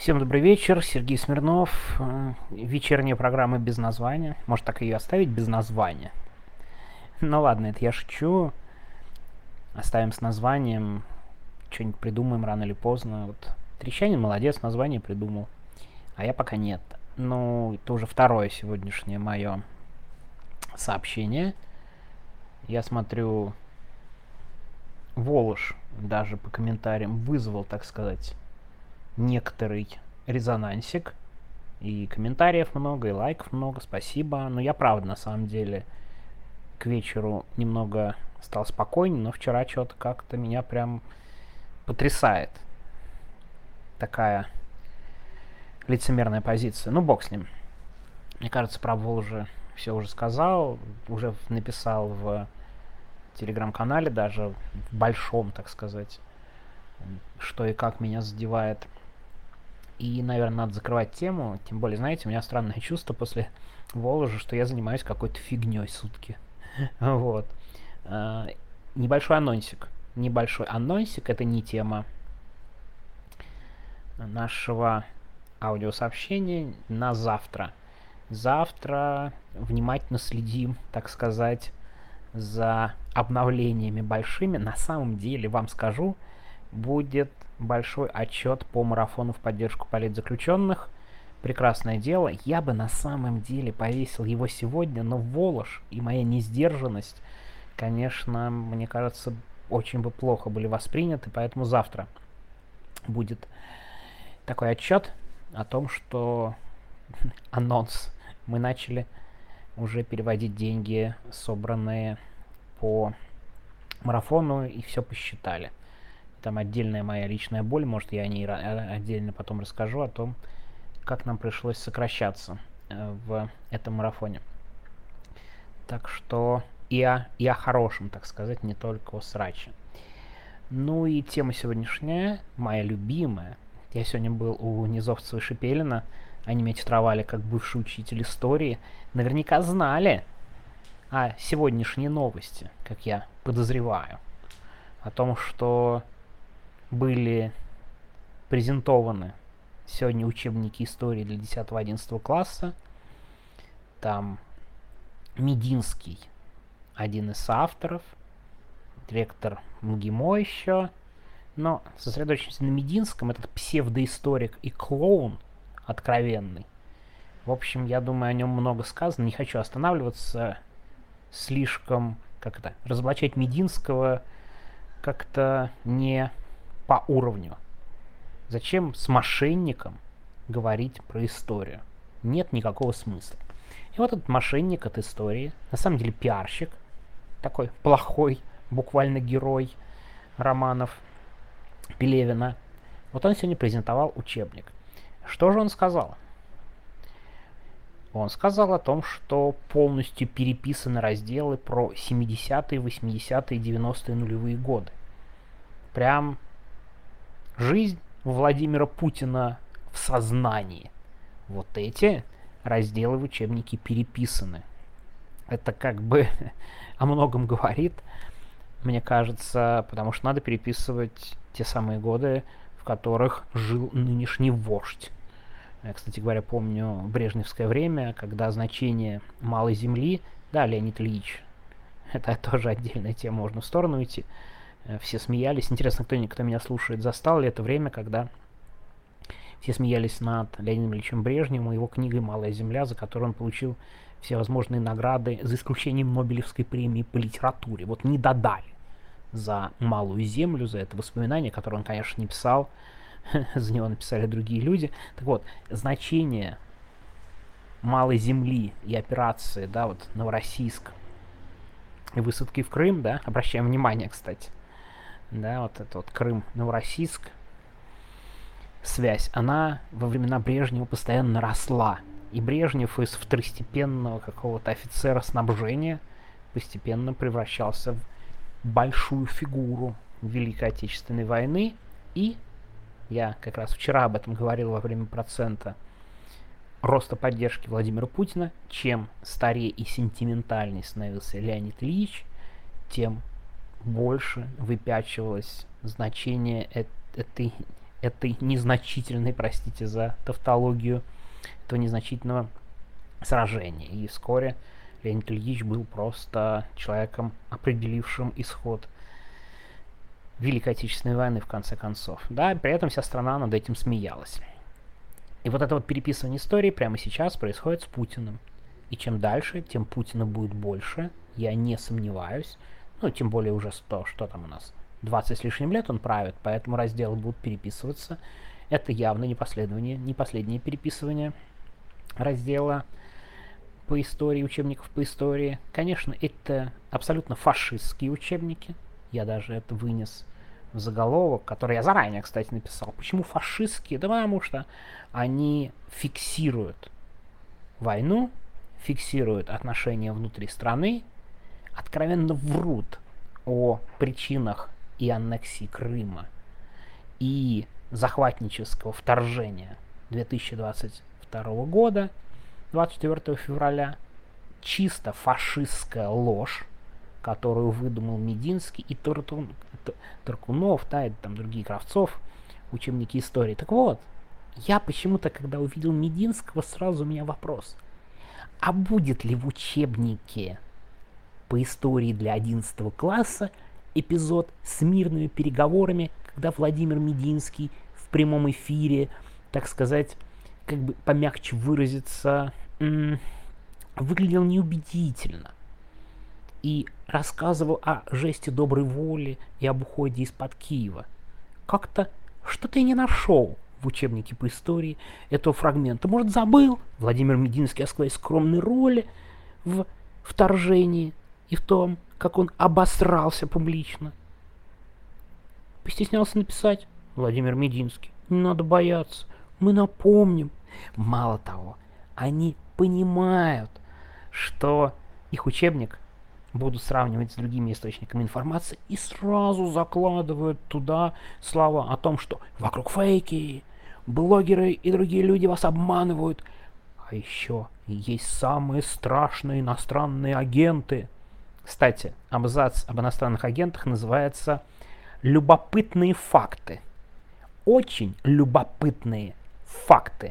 Всем добрый вечер, Сергей Смирнов. Вечерняя программа без названия. Может, так ее оставить без названия? Ну ладно, это я шучу. Оставим с названием. Что-нибудь придумаем рано или поздно. Вот Трещанин молодец, название придумал. А я пока нет. Ну, это уже второе сегодняшнее мое сообщение. Я смотрю, Волош даже по комментариям вызвал, так сказать, некоторый резонансик. И комментариев много, и лайков много, спасибо. Но я правда, на самом деле, к вечеру немного стал спокойнее, но вчера что-то как-то меня прям потрясает. Такая лицемерная позиция. Ну, бог с ним. Мне кажется, про Волжи все уже сказал, уже написал в телеграм-канале, даже в большом, так сказать, что и как меня задевает. И, наверное, надо закрывать тему. Тем более, знаете, у меня странное чувство после Воложи, что я занимаюсь какой-то фигней сутки. Вот. Небольшой анонсик. Небольшой анонсик — это не тема нашего аудиосообщения на завтра. Завтра внимательно следим, так сказать, за обновлениями большими. На самом деле, вам скажу, будет большой отчет по марафону в поддержку политзаключенных. Прекрасное дело. Я бы на самом деле повесил его сегодня, но Волож и моя несдержанность, конечно, мне кажется, очень бы плохо были восприняты, поэтому завтра будет такой отчет о том, что анонс. Мы начали уже переводить деньги, собранные по марафону, и все посчитали. Там отдельная моя личная боль, может, я о ней отдельно потом расскажу, о том, как нам пришлось сокращаться в этом марафоне. Так что и о хорошем, так сказать, не только о сраче. Ну и тема сегодняшняя, моя любимая. Я сегодня был у Низовцева и Шепелина. Они меня титровали как бывший учитель истории. Наверняка знали о сегодняшней новости, как я подозреваю. О том, что были презентованы сегодня учебники истории для 10-11 класса. Там Мединский, один из авторов, ректор МГИМО еще. Но сосредоточимся на Мединском, этот псевдоисторик и клоун откровенный. В общем, я думаю, о нем много сказано. Не хочу останавливаться, слишком, разоблачать Мединского как-то не по уровню. Зачем с мошенником говорить про историю? Нет никакого смысла. И вот этот мошенник от истории, на самом деле пиарщик, такой плохой, буквально герой романов Пелевина. Вот он сегодня презентовал учебник. Что же он сказал? Он сказал о том, что полностью переписаны разделы про 70-е, 80-е, 90-е нулевые годы. Прям жизнь Владимира Путина в сознании. Вот эти разделы в учебнике переписаны. Это как бы о многом говорит, мне кажется, потому что надо переписывать те самые годы, в которых жил нынешний вождь. Я, кстати говоря, помню брежневское время, когда значение малой земли, да, Леонид Ильич, это тоже отдельная тема, можно в сторону идти. Все смеялись. Интересно, кто меня слушает, застал ли это время, когда все смеялись над Леонидом Ильичем Брежневым и его книгой «Малая земля», за которую он получил все возможные награды, за исключением Нобелевской премии по литературе. Вот не додали за «Малую землю», за это воспоминание, которое он, конечно, не писал, за него написали другие люди. Так вот, значение «Малой земли» и операции, да, вот Новороссийск и высадки в Крым, да, обращаем внимание, кстати, да, вот это вот Крым, Новороссийск, связь, она во времена Брежнева постоянно росла. И Брежнев из второстепенного какого-то офицера снабжения постепенно превращался в большую фигуру Великой Отечественной войны. И я как раз вчера об этом говорил во время процента роста поддержки Владимира Путина. Чем старее и сентиментальнее становился Леонид Ильич, тем больше выпячивалось значение этой этой незначительной, простите за тавтологию, этого незначительного сражения. И вскоре Леонид Ильич был просто человеком, определившим исход Великой Отечественной войны, в конце концов. Да, при этом вся страна над этим смеялась. И вот это вот переписывание истории прямо сейчас происходит с Путиным. И чем дальше, тем Путина будет больше, я не сомневаюсь. Ну, тем более уже что там у нас, 20 с лишним лет он правит, поэтому разделы будут переписываться. Это явно не последнее переписывание раздела по истории, учебников по истории. Конечно, это абсолютно фашистские учебники. Я даже это вынес в заголовок, который я заранее, кстати, написал. Почему фашистские? Да потому что они фиксируют войну, фиксируют отношения внутри страны, откровенно врут о причинах и аннексии Крыма, и захватнического вторжения 2022 года, 24 февраля, чисто фашистская ложь, которую выдумал Мединский и Таркунов, да, и там другие Кравцов, учебники истории. Так вот, я почему-то, когда увидел Мединского, сразу у меня вопрос. А будет ли в учебнике по истории для 11 класса эпизод с мирными переговорами, когда Владимир Мединский в прямом эфире, так сказать, как бы помягче выразиться, выглядел неубедительно и рассказывал о жесте доброй воли и об уходе из-под Киева. Как-то что-то я не нашел в учебнике по истории этого фрагмента. Может, забыл Владимир Мединский о своей скромной роли в вторжении и в том, как он обосрался публично. Постеснялся написать Владимир Мединский. Не надо бояться, мы напомним. Мало того, они понимают, что их учебник будут сравнивать с другими источниками информации и сразу закладывают туда слова о том, что вокруг фейки, блогеры и другие люди вас обманывают. А еще есть самые страшные иностранные агенты. Кстати, абзац об иностранных агентах называется «Любопытные факты». Очень любопытные факты.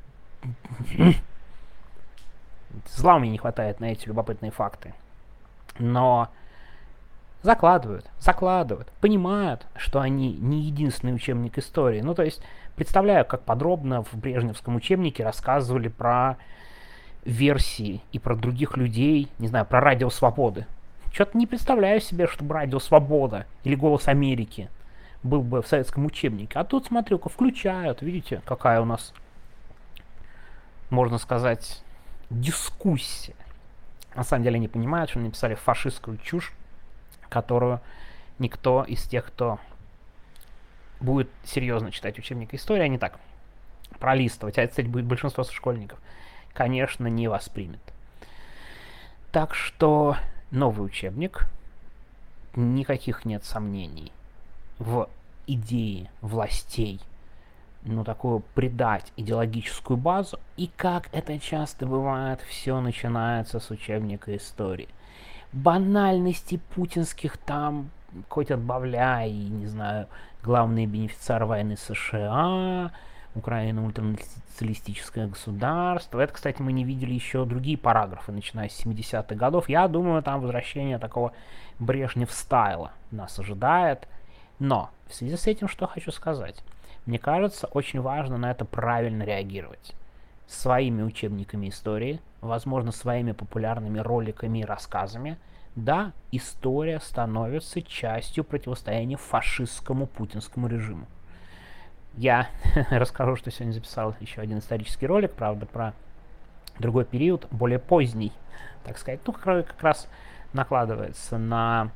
Зла мне не хватает на эти любопытные факты. Но закладывают, понимают, что они не единственный учебник истории. Ну, то есть, представляю, как подробно в брежневском учебнике рассказывали про версии и про других людей, не знаю, про Радио Свободы. Что-то не представляю себе, чтобы Радио Свобода или Голос Америки был бы в советском учебнике. А тут, смотрю-ка, включают. Видите, какая у нас, можно сказать, дискуссия. На самом деле они понимают, что они написали фашистскую чушь, которую никто из тех, кто будет серьезно читать учебник истории, а не так пролистывать, а это, кстати, будет большинство школьников, конечно, не воспримет. Так что новый учебник, никаких нет сомнений в идее властей, ну, такую придать идеологическую базу, и как это часто бывает, все начинается с учебника истории. Банальности путинских там хоть отбавляй, не знаю, главные бенефициары войны США, Украина ультранационалистическое государство. Это, кстати, мы не видели еще другие параграфы, начиная с 70-х годов. Я думаю, там возвращение такого Брежнев-стайла нас ожидает. Но в связи с этим что хочу сказать. Мне кажется, очень важно на это правильно реагировать. Своими учебниками истории, возможно, своими популярными роликами и рассказами. Да, история становится частью противостояния фашистскому путинскому режиму. Я расскажу, что сегодня записал еще один исторический ролик, правда, про другой период, более поздний, так сказать. Ну, как раз накладывается на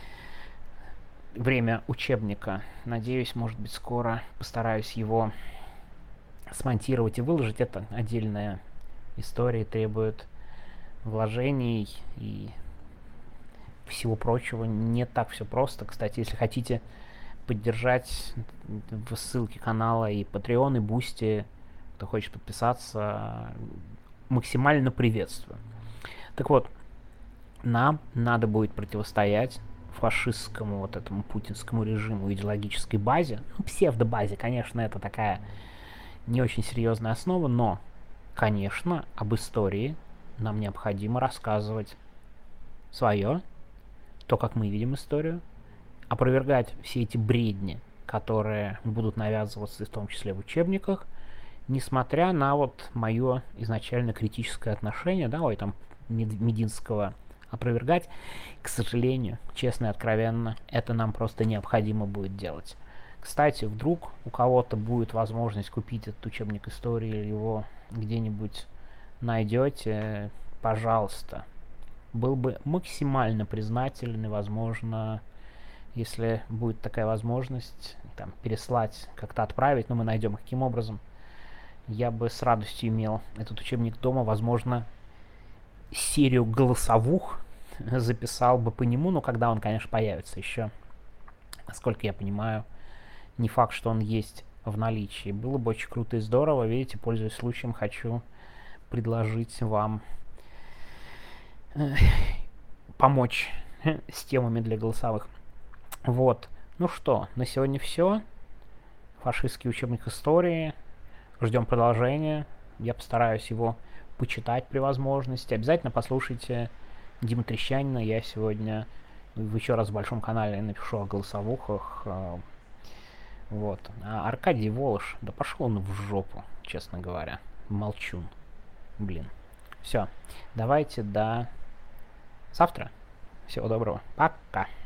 время учебника. Надеюсь, может быть, скоро постараюсь его смонтировать и выложить. Это отдельная история, требует вложений и всего прочего. Не так все просто. Кстати, если хотите поддержать в ссылке канала и Patreon, и Boosty, кто хочет подписаться, максимально приветствую. Так вот, нам надо будет противостоять фашистскому вот этому путинскому режиму, идеологической базе. Ну, псевдобазе, конечно, это такая не очень серьезная основа, но, конечно, об истории нам необходимо рассказывать свое, то, как мы видим историю, опровергать все эти бредни, которые будут навязываться, в том числе в учебниках, несмотря на вот мое изначально критическое отношение, да, ой, там, Мединского опровергать, к сожалению, честно и откровенно, это нам просто необходимо будет делать. Кстати, вдруг у кого-то будет возможность купить этот учебник истории или его где-нибудь найдете, пожалуйста. Был бы максимально признателен и, возможно, если будет такая возможность, там, переслать, как-то отправить, но мы найдем каким образом, я бы с радостью имел этот учебник дома, возможно, серию голосовух записал бы по нему, но когда он, конечно, появится еще, насколько я понимаю, не факт, что он есть в наличии. Было бы очень круто и здорово. Видите, пользуясь случаем, хочу предложить вам помочь с темами для голосовых. Вот. Ну что, на сегодня все. Фашистский учебник истории. Ждем продолжения. Я постараюсь его почитать при возможности. Обязательно послушайте Диму Трещанина. Я сегодня в еще раз в большом канале напишу о голосовухах. Вот. А Аркадий Волош, да пошел он в жопу, честно говоря. Молчун. Блин. Все. Давайте до завтра. Всего доброго. Пока.